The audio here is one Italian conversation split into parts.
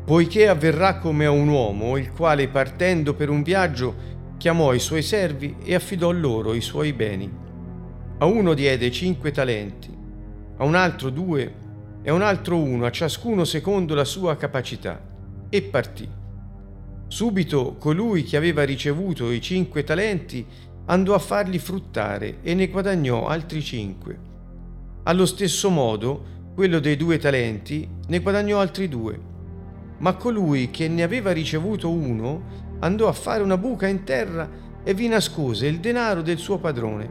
Poiché avverrà come a un uomo, il quale partendo per un viaggio chiamò i suoi servi e affidò loro i suoi beni. A uno diede 5 talenti, a un altro 2 e a un altro 1, a ciascuno secondo la sua capacità, e partì. Subito colui che aveva ricevuto i 5 talenti andò a farli fruttare e ne guadagnò altri 5. Allo stesso modo, quello dei 2 talenti ne guadagnò altri 2. Ma colui che ne aveva ricevuto 1 andò a fare una buca in terra e vi nascose il denaro del suo padrone.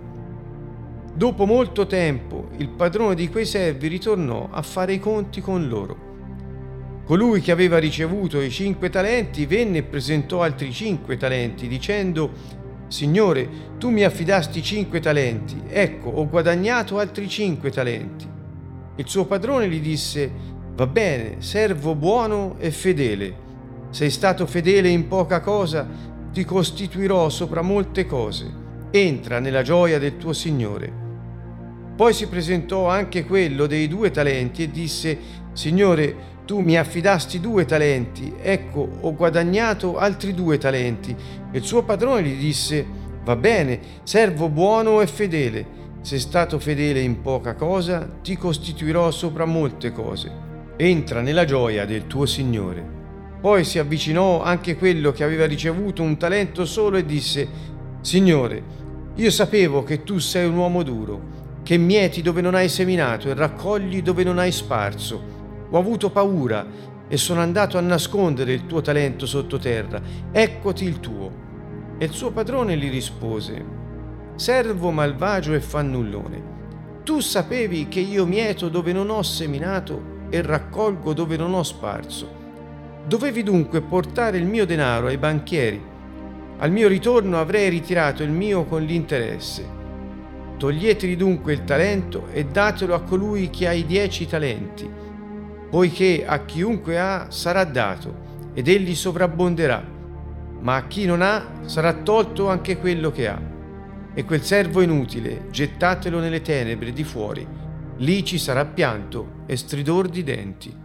Dopo molto tempo, il padrone di quei servi ritornò a fare i conti con loro. Colui che aveva ricevuto i 5 talenti venne e presentò altri 5 talenti, dicendo: Signore, tu mi affidasti 5 talenti, ecco, ho guadagnato altri 5 talenti. Il suo padrone gli disse: Va bene, servo buono e fedele. Sei stato fedele in poca cosa, ti costituirò sopra molte cose. Entra nella gioia del tuo Signore. Poi si presentò anche quello dei 2 talenti e disse: Signore, tu mi affidasti 2 talenti, ecco, ho guadagnato altri 2 talenti. E il suo padrone gli disse: Va bene, servo buono e fedele. Sei stato fedele in poca cosa, ti costituirò sopra molte cose. Entra nella gioia del tuo Signore. Poi si avvicinò anche quello che aveva ricevuto un talento solo e disse: Signore, io sapevo che tu sei un uomo duro, che mieti dove non hai seminato e raccogli dove non hai sparso. Ho avuto paura e sono andato a nascondere il tuo talento sottoterra. Eccoti il tuo. E il suo padrone gli rispose: Servo malvagio e fannullone, tu sapevi che io mieto dove non ho seminato e raccolgo dove non ho sparso. Dovevi dunque portare il mio denaro ai banchieri. Al mio ritorno avrei ritirato il mio con l'interesse. Toglieteli dunque il talento e datelo a colui che ha i 10 talenti, poiché a chiunque ha sarà dato ed egli sovrabbonderà, ma a chi non ha sarà tolto anche quello che ha. E quel servo inutile gettatelo nelle tenebre di fuori, lì ci sarà pianto e stridor di denti.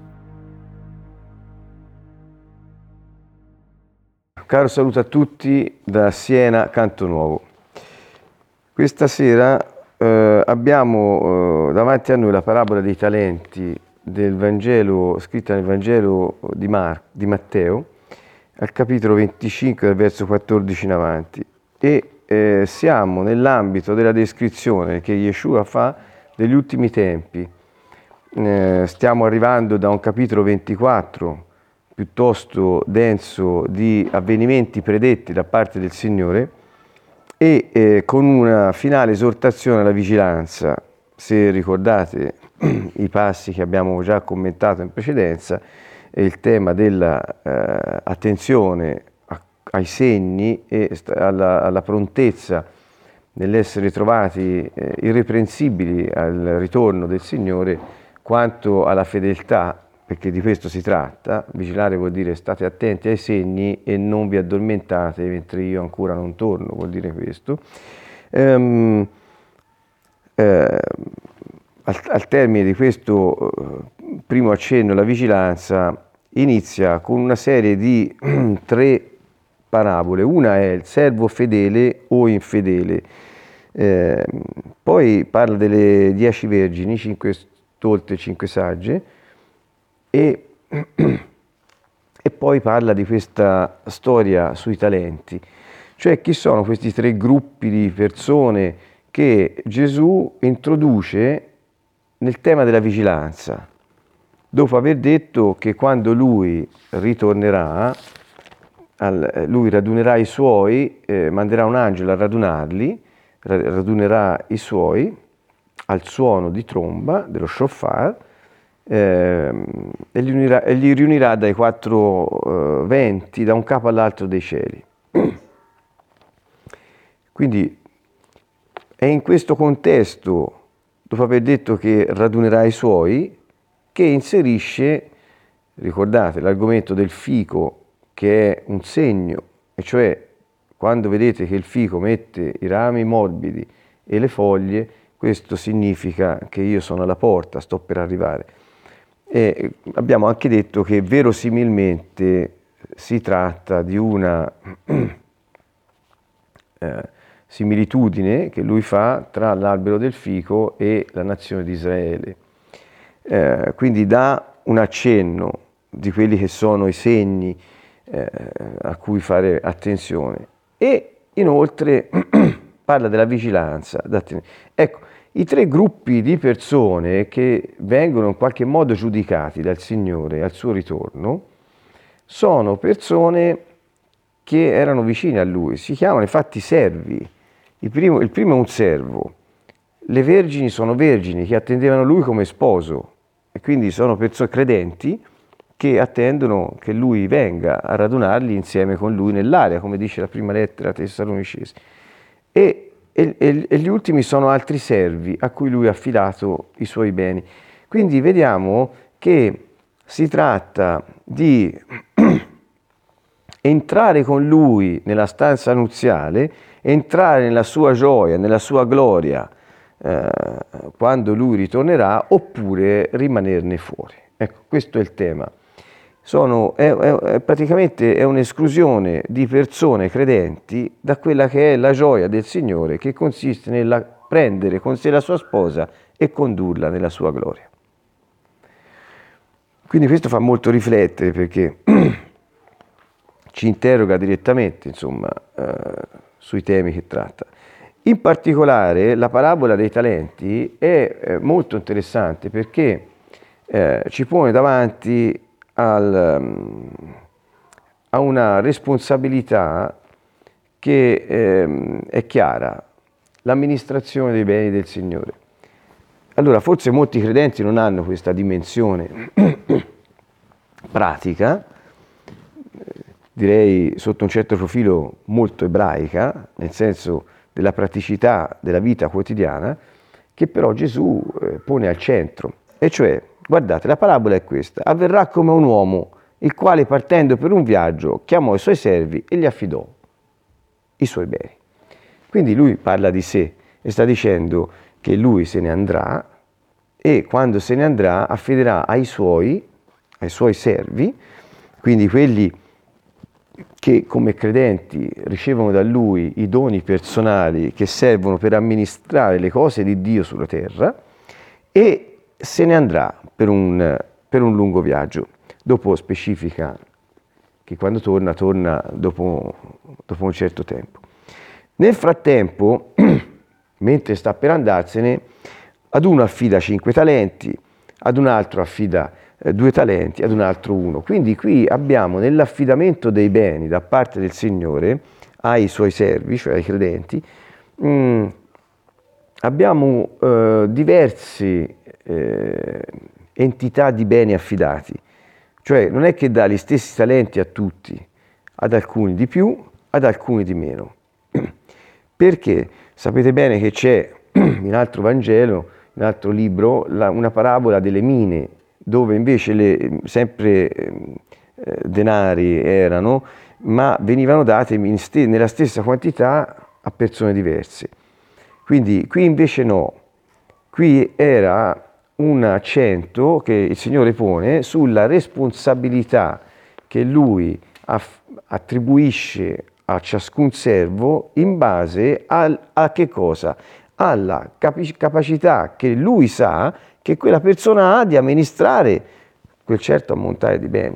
Caro saluto a tutti da Siena, Canto Nuovo. Questa sera abbiamo davanti a noi la parabola dei talenti del Vangelo, scritta nel Vangelo di Matteo, al capitolo 25, dal verso 14 in avanti. E siamo nell'ambito della descrizione che Yeshua fa degli ultimi tempi. Stiamo arrivando da un capitolo 24, piuttosto denso di avvenimenti predetti da parte del Signore e con una finale esortazione alla vigilanza. Se ricordate i passi che abbiamo già commentato in precedenza, il tema dell'attenzione ai segni e alla prontezza nell'essere trovati irreprensibili al ritorno del Signore, quanto alla fedeltà, perché di questo si tratta. Vigilare vuol dire state attenti ai segni e non vi addormentate mentre io ancora non torno, vuol dire questo. Al termine di questo primo accenno alla vigilanza inizia con una serie di 3 parabole. Una è il servo fedele o infedele, poi parla delle 10 vergini, 5 stolte e 5 sagge, e poi parla di questa storia sui talenti, cioè chi sono questi 3 gruppi di persone che Gesù introduce nel tema della vigilanza, dopo aver detto che quando lui ritornerà, lui radunerà i suoi, manderà un angelo a radunerà i suoi al suono di tromba, dello shofar, e li riunirà dai 4 venti, da un capo all'altro dei cieli. Quindi è in questo contesto, dopo aver detto che radunerà i suoi, che inserisce, ricordate, l'argomento del fico, che è un segno, e cioè quando vedete che il fico mette i rami morbidi e le foglie, questo significa che io sono alla porta, sto per arrivare. Abbiamo anche detto che verosimilmente si tratta di una similitudine che lui fa tra l'albero del fico e la nazione di Israele. Quindi dà un accenno di quelli che sono i segni a cui fare attenzione e inoltre parla della vigilanza. Ecco, i tre gruppi di persone che vengono in qualche modo giudicati dal Signore al suo ritorno sono persone che erano vicine a Lui, si chiamano infatti servi. Il primo è un servo, le vergini sono vergini che attendevano Lui come sposo e quindi sono persone credenti che attendono che Lui venga a radunarli insieme con Lui nell'aria, come dice la prima lettera ai Tessalonicesi. E gli ultimi sono altri servi a cui Lui ha affidato i suoi beni. Quindi vediamo che si tratta di entrare con Lui nella stanza nuziale, entrare nella sua gioia, nella sua gloria quando Lui ritornerà, oppure rimanerne fuori. Ecco, questo è il tema. Praticamente è un'esclusione di persone credenti da quella che è la gioia del Signore, che consiste nel prendere con sé la sua sposa e condurla nella sua gloria. Quindi questo fa molto riflettere perché ci interroga direttamente, insomma, sui temi che tratta. In particolare la parabola dei talenti è molto interessante perché ci pone davanti a una responsabilità che è chiara, l'amministrazione dei beni del Signore. Allora, forse molti credenti non hanno questa dimensione pratica, direi sotto un certo profilo molto ebraica, nel senso della praticità della vita quotidiana, che però Gesù pone al centro. E cioè, guardate, la parabola è questa: avverrà come un uomo, il quale partendo per un viaggio chiamò i suoi servi e gli affidò i suoi beni. Quindi lui parla di sé e sta dicendo che lui se ne andrà e quando se ne andrà affiderà ai suoi servi, quindi quelli che come credenti ricevono da lui i doni personali che servono per amministrare le cose di Dio sulla terra, e se ne andrà per un lungo viaggio. Dopo specifica che quando torna dopo un certo tempo. Nel frattempo, mentre sta per andarsene, ad uno affida 5 talenti, ad un altro affida 2 talenti, ad un altro 1. Quindi qui abbiamo nell'affidamento dei beni da parte del Signore ai suoi servi, cioè ai credenti, abbiamo diverse entità di beni affidati. Cioè non è che dà gli stessi talenti a tutti, ad alcuni di più, ad alcuni di meno. Perché sapete bene che c'è in altro Vangelo, in altro libro, una parabola delle mine, dove invece sempre denari erano, ma venivano date nella stessa quantità a persone diverse. Quindi qui invece no, qui era un accento che il Signore pone sulla responsabilità che Lui attribuisce a ciascun servo in base a che cosa? Alla capacità che Lui sa che quella persona ha di amministrare quel certo ammontare di beni.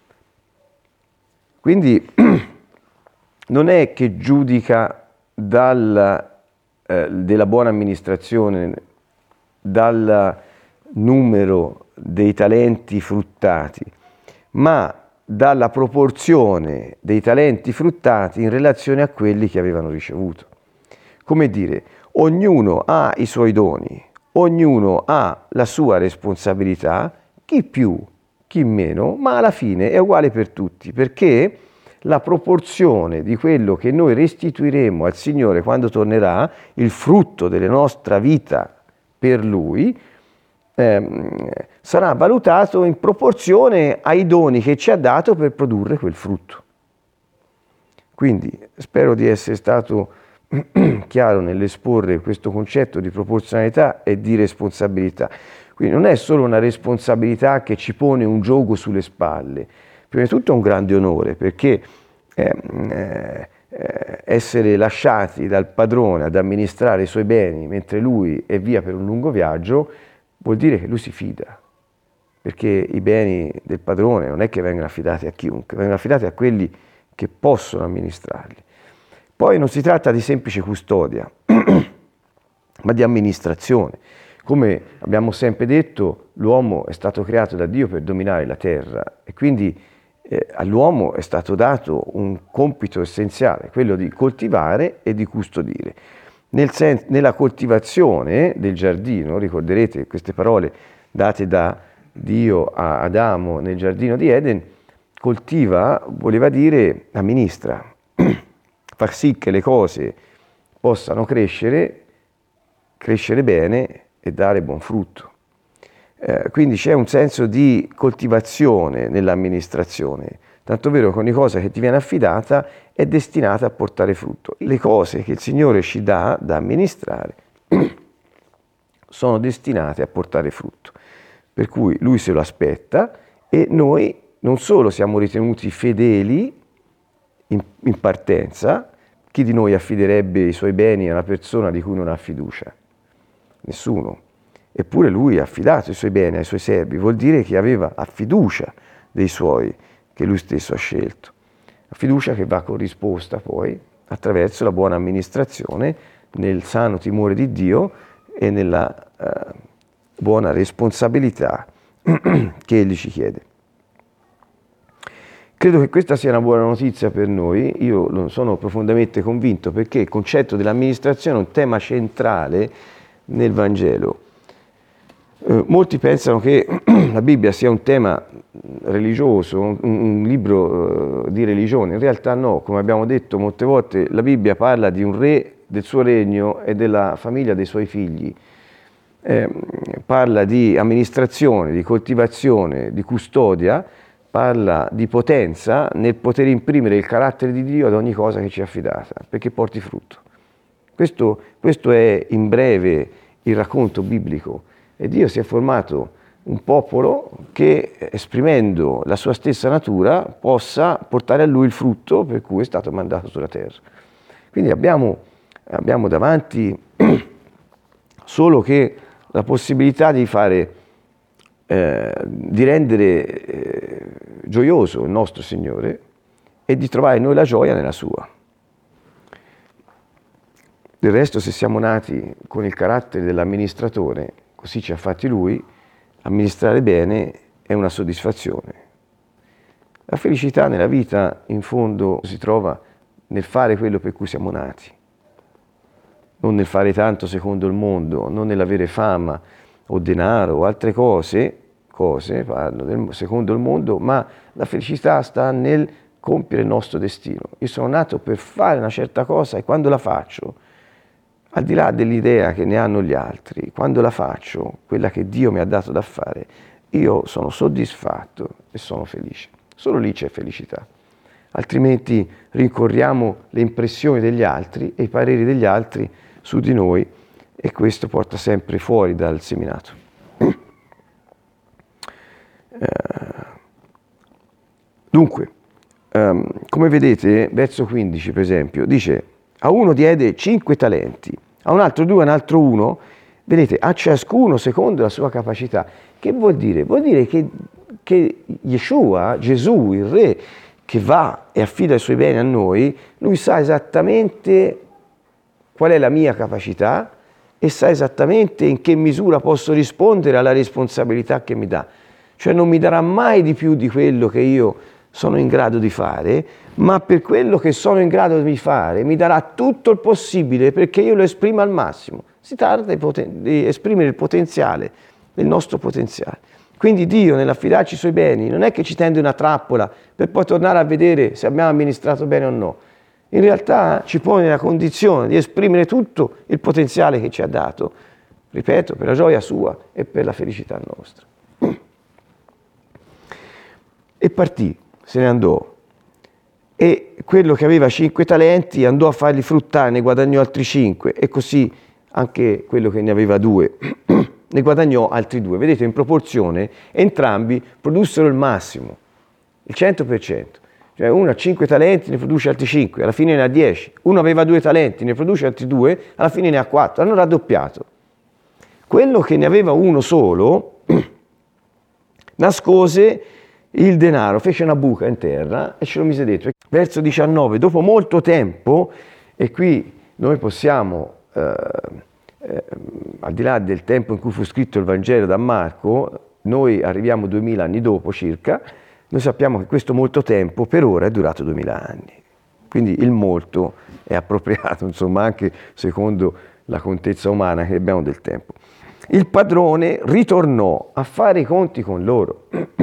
Quindi non è che giudica della buona amministrazione, dal numero dei talenti fruttati, ma dalla proporzione dei talenti fruttati in relazione a quelli che avevano ricevuto. Come dire, ognuno ha i suoi doni, ognuno ha la sua responsabilità, chi più, chi meno, ma alla fine è uguale per tutti, perché la proporzione di quello che noi restituiremo al Signore quando tornerà, il frutto della nostra vita per Lui, sarà valutato in proporzione ai doni che ci ha dato per produrre quel frutto. Quindi spero di essere stato chiaro nell'esporre questo concetto di proporzionalità e di responsabilità. Quindi non è solo una responsabilità che ci pone un giogo sulle spalle, prima di tutto è un grande onore, perché essere lasciati dal padrone ad amministrare i suoi beni mentre lui è via per un lungo viaggio vuol dire che lui si fida, perché i beni del padrone non è che vengono affidati a chiunque, vengono affidati a quelli che possono amministrarli. Poi non si tratta di semplice custodia, ma di amministrazione. Come abbiamo sempre detto, l'uomo è stato creato da Dio per dominare la terra e quindi all'uomo è stato dato un compito essenziale, quello di coltivare e di custodire. Nella coltivazione del giardino, ricorderete queste parole date da Dio a Adamo nel giardino di Eden, coltiva voleva dire amministra, far sì che le cose possano crescere bene e dare buon frutto. Quindi c'è un senso di coltivazione nell'amministrazione, tanto vero che ogni cosa che ti viene affidata è destinata a portare frutto. Le cose che il Signore ci dà da amministrare sono destinate a portare frutto, per cui Lui se lo aspetta e noi non solo siamo ritenuti fedeli in partenza, chi di noi affiderebbe i suoi beni a una persona di cui non ha fiducia? Nessuno. Eppure lui ha affidato i suoi beni ai suoi servi, vuol dire che aveva la fiducia dei suoi, che lui stesso ha scelto. La fiducia che va corrisposta poi attraverso la buona amministrazione, nel sano timore di Dio e nella buona responsabilità che Egli ci chiede. Credo che questa sia una buona notizia per noi, io sono profondamente convinto perché il concetto dell'amministrazione è un tema centrale nel Vangelo. Molti pensano che la Bibbia sia un tema religioso, un libro di religione. In realtà no, come abbiamo detto molte volte, la Bibbia parla di un re, del suo regno e della famiglia dei suoi figli. Parla di amministrazione, di coltivazione, di custodia, parla di potenza nel poter imprimere il carattere di Dio ad ogni cosa che ci è affidata, perché porti frutto. Questo è in breve il racconto biblico. E Dio si è formato un popolo che, esprimendo la sua stessa natura, possa portare a Lui il frutto per cui è stato mandato sulla terra. Quindi abbiamo davanti solo che la possibilità di rendere gioioso il nostro Signore e di trovare noi la gioia nella sua. Del resto, se siamo nati con il carattere dell'amministratore, così ci ha fatti Lui, amministrare bene è una soddisfazione. La felicità nella vita, in fondo, si trova nel fare quello per cui siamo nati, non nel fare tanto secondo il mondo, non nell'avere fama o denaro o altre cose parlo secondo il mondo, ma la felicità sta nel compiere il nostro destino. Io sono nato per fare una certa cosa e quando la faccio, al di là dell'idea che ne hanno gli altri, quando la faccio, quella che Dio mi ha dato da fare, io sono soddisfatto e sono felice. Solo lì c'è felicità. Altrimenti rincorriamo le impressioni degli altri e i pareri degli altri su di noi e questo porta sempre fuori dal seminato. Dunque, come vedete, verso 15 per esempio, dice: a uno diede 5 talenti, a un altro 2, a un altro 1, vedete, a ciascuno secondo la sua capacità. Che vuol dire? Vuol dire che Yeshua, Gesù, il Re, che va e affida i suoi beni a noi, lui sa esattamente qual è la mia capacità e sa esattamente in che misura posso rispondere alla responsabilità che mi dà. Cioè non mi darà mai di più di quello che io sono in grado di fare, ma per quello che sono in grado di fare mi darà tutto il possibile perché io lo esprima al massimo. Si tratta di esprimere il potenziale, il nostro potenziale. Quindi Dio nell'affidarci i suoi beni non è che ci tende una trappola per poi tornare a vedere se abbiamo amministrato bene o no. In realtà ci pone nella condizione di esprimere tutto il potenziale che ci ha dato, ripeto, per la gioia sua e per la felicità nostra. E partì, se ne andò. E quello che aveva 5 talenti andò a farli fruttare, ne guadagnò altri 5, e così anche quello che ne aveva 2. ne guadagnò altri 2. Vedete, in proporzione entrambi produssero il massimo, il 100%. Cioè uno ha 5 talenti, ne produce altri 5, alla fine ne ha 10. Uno aveva 2 talenti, ne produce altri 2, alla fine ne ha 4. Hanno raddoppiato. Quello che ne aveva uno solo nascose il denaro, fece una buca in terra e ce lo mise dentro. Verso 19, dopo molto tempo, e qui noi possiamo, al di là del tempo in cui fu scritto il Vangelo da Marco, noi arriviamo 2000 anni dopo circa, noi sappiamo che questo molto tempo per ora è durato 2000 anni. Quindi il molto è appropriato, insomma, anche secondo la contezza umana che abbiamo del tempo. Il padrone ritornò a fare i conti con loro.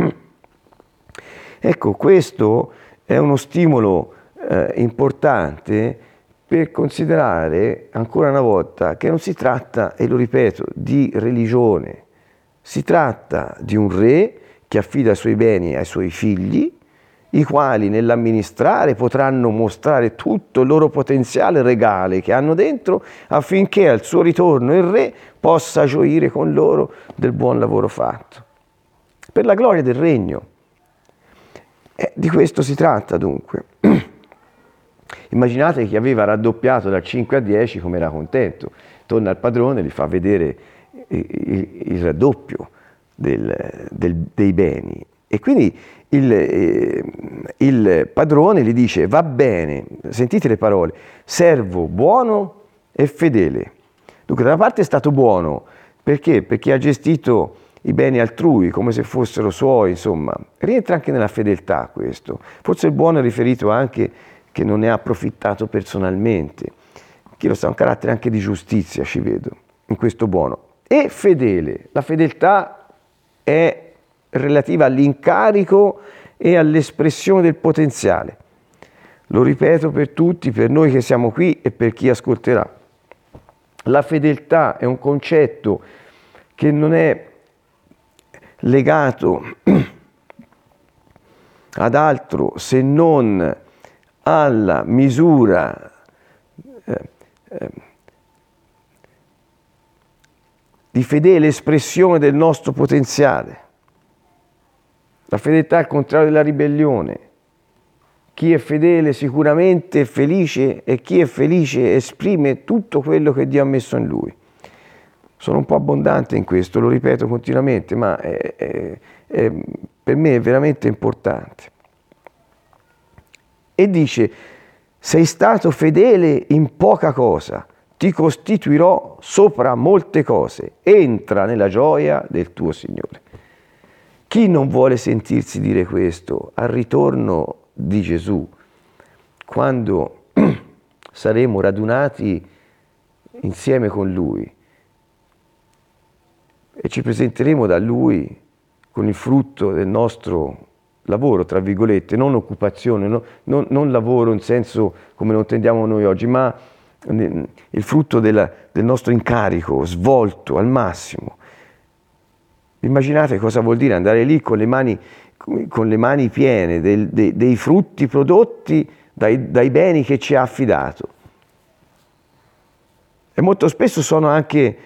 Ecco, questo è uno stimolo importante per considerare ancora una volta che non si tratta, e lo ripeto, di religione. Si tratta di un re che affida i suoi beni ai suoi figli, i quali nell'amministrare potranno mostrare tutto il loro potenziale regale che hanno dentro, affinché al suo ritorno il re possa gioire con loro del buon lavoro fatto, per la gloria del regno. Di questo si tratta dunque. Immaginate chi aveva raddoppiato dal 5 a 10 come era contento, torna al padrone e gli fa vedere il raddoppio dei beni, e quindi il padrone gli dice: va bene, sentite le parole, servo buono e fedele. Dunque da una parte è stato buono, perché ha gestito i beni altrui come se fossero suoi, insomma, rientra anche nella fedeltà questo. Forse il buono è riferito anche che non ne ha approfittato personalmente, chi lo sa, un carattere anche di giustizia ci vedo in questo buono. E fedele, la fedeltà è relativa all'incarico e all'espressione del potenziale. Lo ripeto per tutti, per noi che siamo qui e per chi ascolterà. La fedeltà è un concetto che non è legato ad altro se non alla misura di fedele espressione del nostro potenziale. La fedeltà è il contrario della ribellione. Chi è fedele sicuramente è felice, e chi è felice esprime tutto quello che Dio ha messo in lui. Sono un po' abbondante in questo, lo ripeto continuamente, ma per me è veramente importante. E dice: sei stato fedele in poca cosa, ti costituirò sopra molte cose, entra nella gioia del tuo Signore. Chi non vuole sentirsi dire questo al ritorno di Gesù, quando saremo radunati insieme con Lui e ci presenteremo da Lui con il frutto del nostro lavoro, tra virgolette, non occupazione, non lavoro in senso come lo intendiamo noi oggi, ma il frutto del nostro incarico svolto al massimo. Immaginate cosa vuol dire andare lì con le mani piene dei frutti prodotti dai beni che ci ha affidato. E molto spesso sono anche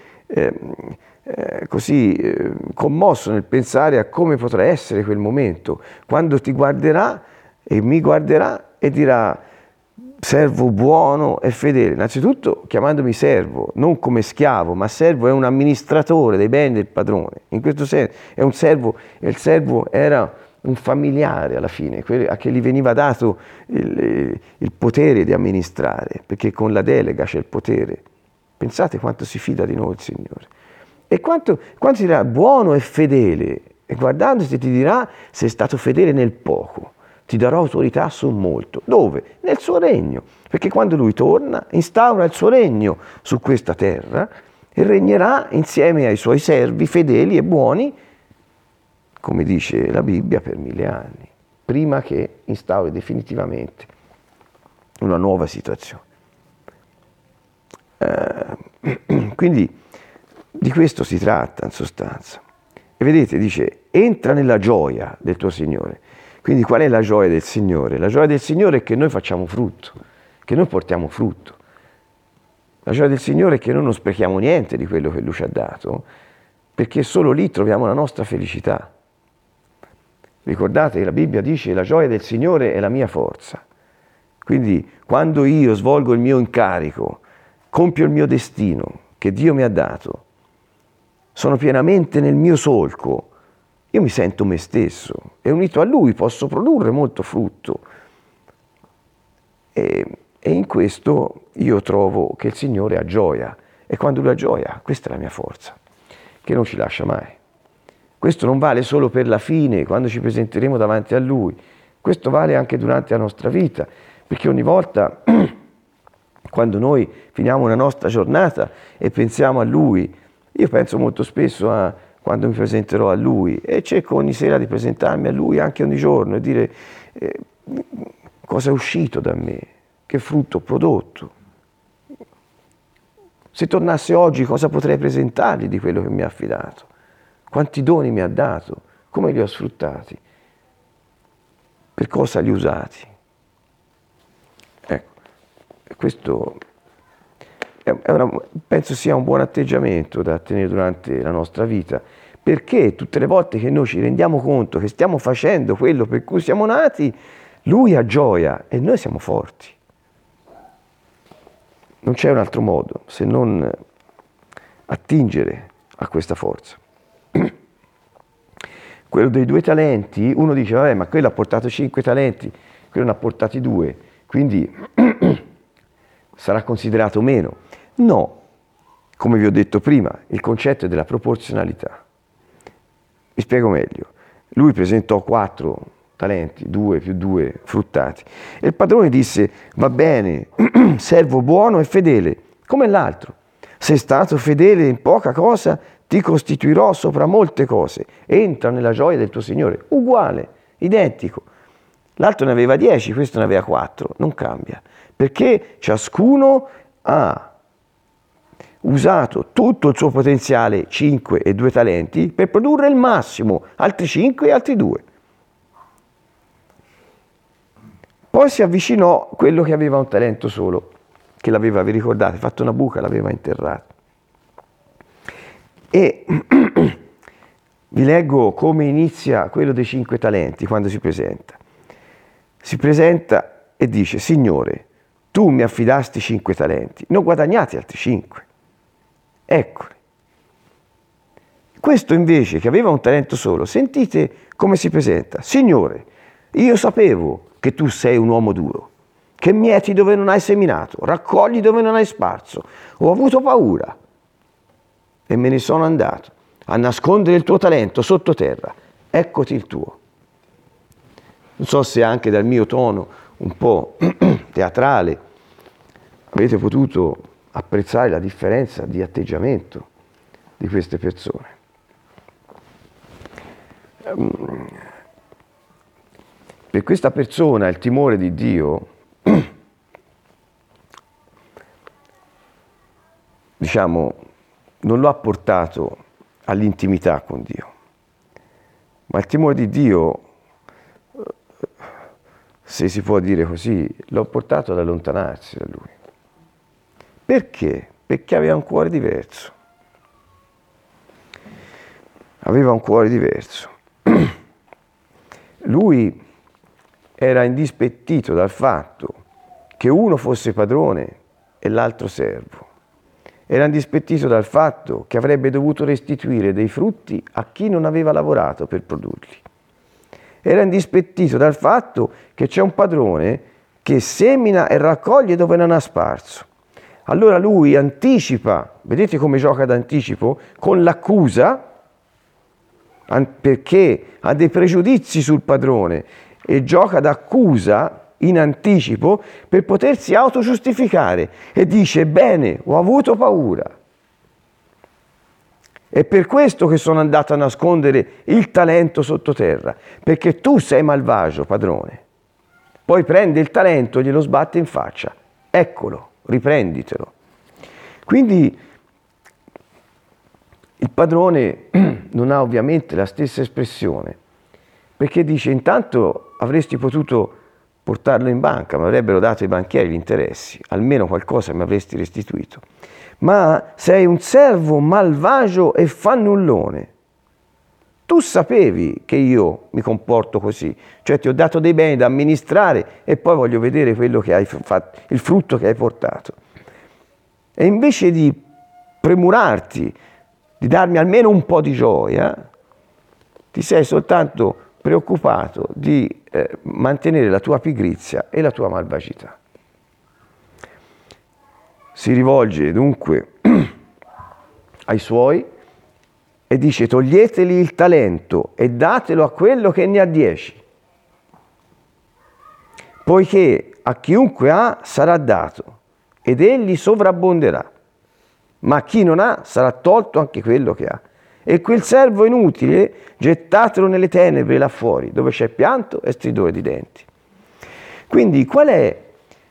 commosso nel pensare a come potrà essere quel momento, quando ti guarderà e mi guarderà e dirà: servo buono e fedele. Innanzitutto chiamandomi servo, non come schiavo, ma servo è un amministratore dei beni del padrone. In questo senso è un servo, e il servo era un familiare alla fine, a che gli veniva dato il potere di amministrare, perché con la delega c'è il potere. Pensate quanto si fida di noi il Signore. E quanto ti dirà buono e fedele, e guardandoti ti dirà: sei stato fedele nel poco, ti darò autorità su molto. Dove? Nel suo regno, perché quando Lui torna instaura il suo regno su questa terra e regnerà insieme ai suoi servi fedeli e buoni, come dice la Bibbia, per 1000 anni, prima che instauri definitivamente una nuova situazione. Quindi di questo si tratta in sostanza. E vedete, dice: entra nella gioia del tuo Signore. Quindi qual è la gioia del Signore? La gioia del Signore è che noi facciamo frutto, che noi portiamo frutto. La gioia del Signore è che noi non sprechiamo niente di quello che Lui ci ha dato, perché solo lì troviamo la nostra felicità. Ricordate che la Bibbia dice: la gioia del Signore è la mia forza. Quindi quando io svolgo il mio incarico, compio il mio destino che Dio mi ha dato, sono pienamente nel mio solco, io mi sento me stesso e unito a Lui posso produrre molto frutto. E in questo io trovo che il Signore ha gioia, e quando Lui ha gioia, questa è la mia forza, che non ci lascia mai. Questo non vale solo per la fine, quando ci presenteremo davanti a Lui, questo vale anche durante la nostra vita, perché ogni volta quando noi finiamo una nostra giornata e pensiamo a Lui, io penso molto spesso a quando mi presenterò a Lui e cerco ogni sera di presentarmi a Lui anche ogni giorno e dire cosa è uscito da me, che frutto ho prodotto. Se tornasse oggi cosa potrei presentargli di quello che mi ha affidato, quanti doni mi ha dato, come li ho sfruttati, per cosa li ho usati. Ecco, questo penso sia un buon atteggiamento da tenere durante la nostra vita, perché tutte le volte che noi ci rendiamo conto che stiamo facendo quello per cui siamo nati, Lui ha gioia e noi siamo forti. Non c'è un altro modo se non attingere a questa forza. Quello dei 2 talenti, uno dice: vabbè, ma quello ha portato 5 talenti, quello ne ha portati 2, quindi sarà considerato meno. No, come vi ho detto prima, il concetto è della proporzionalità. Vi spiego meglio. Lui presentò 4 talenti, 2 più 2 fruttati. E il padrone disse: va bene, servo buono e fedele, come l'altro. Sei stato fedele in poca cosa, ti costituirò sopra molte cose. Entra nella gioia del tuo Signore. Uguale, identico. L'altro ne aveva 10, questo ne aveva 4. Non cambia, perché ciascuno ha usato tutto il suo potenziale, 5 e 2 talenti, per produrre il massimo, altri 5 e altri 2. Poi si avvicinò quello che aveva un talento solo, che l'aveva, vi ricordate, fatto una buca, l'aveva interrato. E vi leggo come inizia quello dei 5 talenti quando si presenta. Si presenta e dice: Signore, tu mi affidasti 5 talenti, ne ho guadagnati altri 5. Eccoli. Questo invece, che aveva un talento solo, sentite come si presenta: Signore, io sapevo che tu sei un uomo duro, che mieti dove non hai seminato, raccogli dove non hai sparso. Ho avuto paura e me ne sono andato a nascondere il tuo talento sottoterra. Eccoti il tuo. Non so se anche dal mio tono un po' teatrale avete potuto apprezzare la differenza di atteggiamento di queste persone. Per questa persona il timore di Dio, diciamo, non lo ha portato all'intimità con Dio, ma il timore di Dio, se si può dire così, l'ha portato ad allontanarsi da Lui. Perché? Perché aveva un cuore diverso. Aveva un cuore diverso. Lui era indispettito dal fatto che uno fosse padrone e l'altro servo. Era indispettito dal fatto che avrebbe dovuto restituire dei frutti a chi non aveva lavorato per produrli. Era indispettito dal fatto che c'è un padrone che semina e raccoglie dove non ha sparso. Allora lui anticipa, vedete come gioca d'anticipo? Con l'accusa, perché ha dei pregiudizi sul padrone e gioca d'accusa in anticipo per potersi autogiustificare e dice: bene, ho avuto paura. È per questo che sono andato a nascondere il talento sottoterra, perché tu sei malvagio, padrone. Poi prende il talento e glielo sbatte in faccia. Eccolo, riprenditelo. Quindi il padrone non ha ovviamente la stessa espressione, perché dice: intanto avresti potuto portarlo in banca, mi avrebbero dato i banchieri gli interessi, almeno qualcosa mi avresti restituito. Ma sei un servo malvagio e fannullone. Tu sapevi che io mi comporto così, cioè ti ho dato dei beni da amministrare e poi voglio vedere quello che hai fatto, il frutto che hai portato. E invece di premurarti, di darmi almeno un po' di gioia, ti sei soltanto preoccupato di mantenere la tua pigrizia e la tua malvagità. Si rivolge dunque ai suoi e dice: toglieteli il talento e datelo a quello che ne ha 10, poiché a chiunque ha sarà dato ed egli sovrabbonderà, ma a chi non ha sarà tolto anche quello che ha. E quel servo inutile gettatelo nelle tenebre là fuori, dove c'è pianto e stridore di denti. Quindi qual è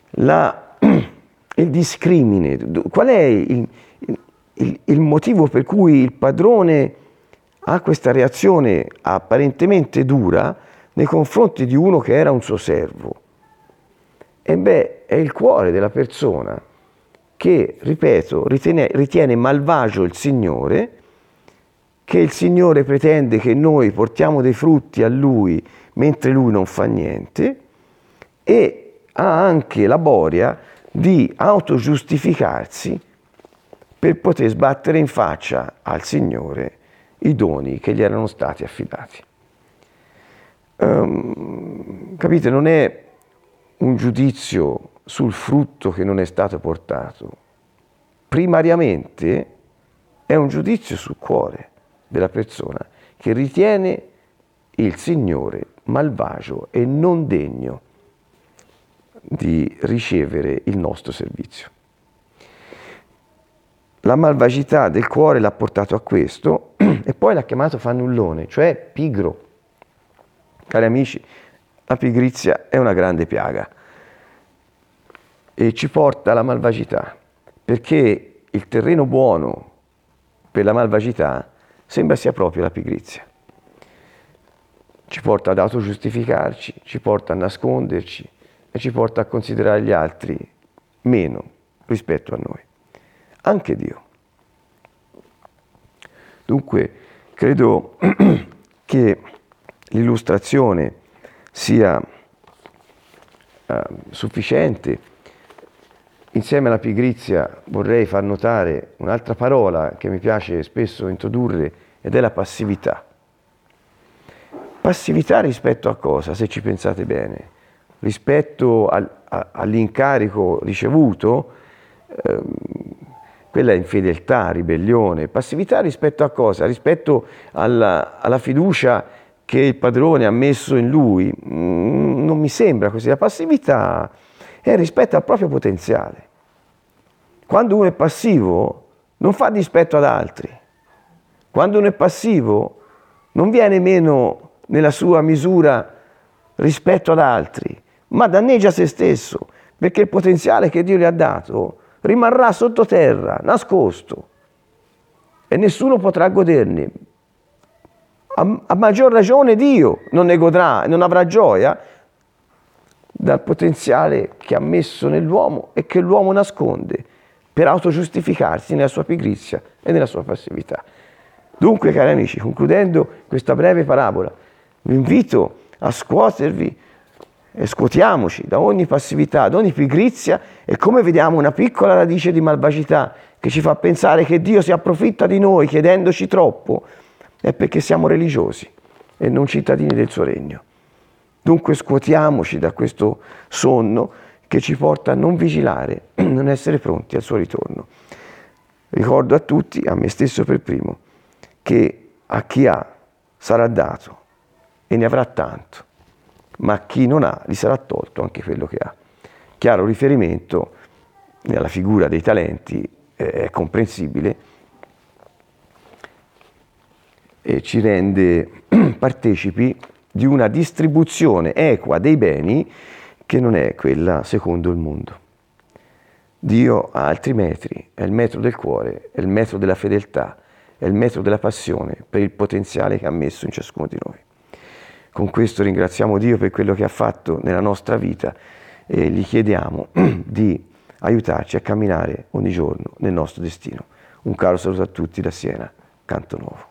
il discrimine? Qual è il motivo per cui il padrone ha questa reazione apparentemente dura nei confronti di uno che era un suo servo? E beh, è il cuore della persona che, ripeto, ritiene malvagio il Signore, che il Signore pretende che noi portiamo dei frutti a Lui mentre Lui non fa niente, e ha anche la boria di autogiustificarsi per poter sbattere in faccia al Signore i doni che gli erano stati affidati. Capite, non è un giudizio sul frutto che non è stato portato. Primariamente è un giudizio sul cuore della persona che ritiene il Signore malvagio e non degno di ricevere il nostro servizio. La malvagità del cuore l'ha portato a questo e poi l'ha chiamato fannullone, cioè pigro. Cari amici, la pigrizia è una grande piaga e ci porta alla malvagità, perché il terreno buono per la malvagità sembra sia proprio la pigrizia. Ci porta ad autogiustificarci, ci porta a nasconderci e ci porta a considerare gli altri meno rispetto a noi, anche Dio. Dunque, credo che l'illustrazione sia sufficiente. Insieme alla pigrizia vorrei far notare un'altra parola che mi piace spesso introdurre, ed è la passività. Passività rispetto a cosa, se ci pensate bene? Rispetto all'incarico ricevuto, quella è infedeltà, ribellione. Passività rispetto a cosa? Rispetto alla fiducia che il padrone ha messo in lui. Non mi sembra così. La passività è rispetto al proprio potenziale. Quando uno è passivo non fa dispetto ad altri. Quando uno è passivo non viene meno nella sua misura rispetto ad altri, ma danneggia se stesso, perché il potenziale che Dio gli ha dato rimarrà sottoterra, nascosto, e nessuno potrà goderne. A maggior ragione Dio non ne godrà, non avrà gioia dal potenziale che ha messo nell'uomo e che l'uomo nasconde per autogiustificarsi nella sua pigrizia e nella sua passività. Dunque, cari amici, concludendo questa breve parabola, vi invito a scuotervi e scuotiamoci da ogni passività, da ogni pigrizia, e come vediamo una piccola radice di malvagità che ci fa pensare che Dio si approfitta di noi chiedendoci troppo, è perché siamo religiosi e non cittadini del suo regno. Dunque scuotiamoci da questo sonno che ci porta a non vigilare, non essere pronti al suo ritorno. Ricordo a tutti, a me stesso per primo, che a chi ha sarà dato e ne avrà tanto, ma a chi non ha gli sarà tolto anche quello che ha. Chiaro riferimento nella figura dei talenti, è comprensibile e ci rende partecipi di una distribuzione equa dei beni che non è quella secondo il mondo. Dio ha altri metri, è il metro del cuore, è il metro della fedeltà, è il metro della passione per il potenziale che ha messo in ciascuno di noi. Con questo ringraziamo Dio per quello che ha fatto nella nostra vita e gli chiediamo di aiutarci a camminare ogni giorno nel nostro destino. Un caro saluto a tutti da Siena, Canto Nuovo.